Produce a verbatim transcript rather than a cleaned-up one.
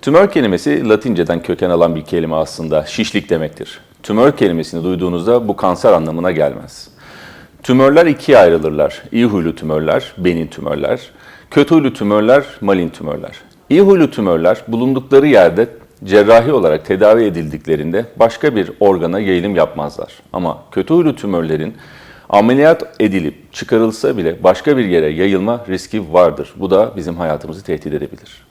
Tümör kelimesi Latinceden köken alan bir kelime aslında, şişlik demektir. Tümör kelimesini duyduğunuzda bu kanser anlamına gelmez. Tümörler ikiye ayrılırlar. İyi huylu tümörler, benin tümörler. Kötü huylu tümörler, malin tümörler. İyi huylu tümörler bulundukları yerde cerrahi olarak tedavi edildiklerinde başka bir organa yayılım yapmazlar. Ama kötü huylu tümörlerin ameliyat edilip çıkarılsa bile başka bir yere yayılma riski vardır. Bu da bizim hayatımızı tehdit edebilir.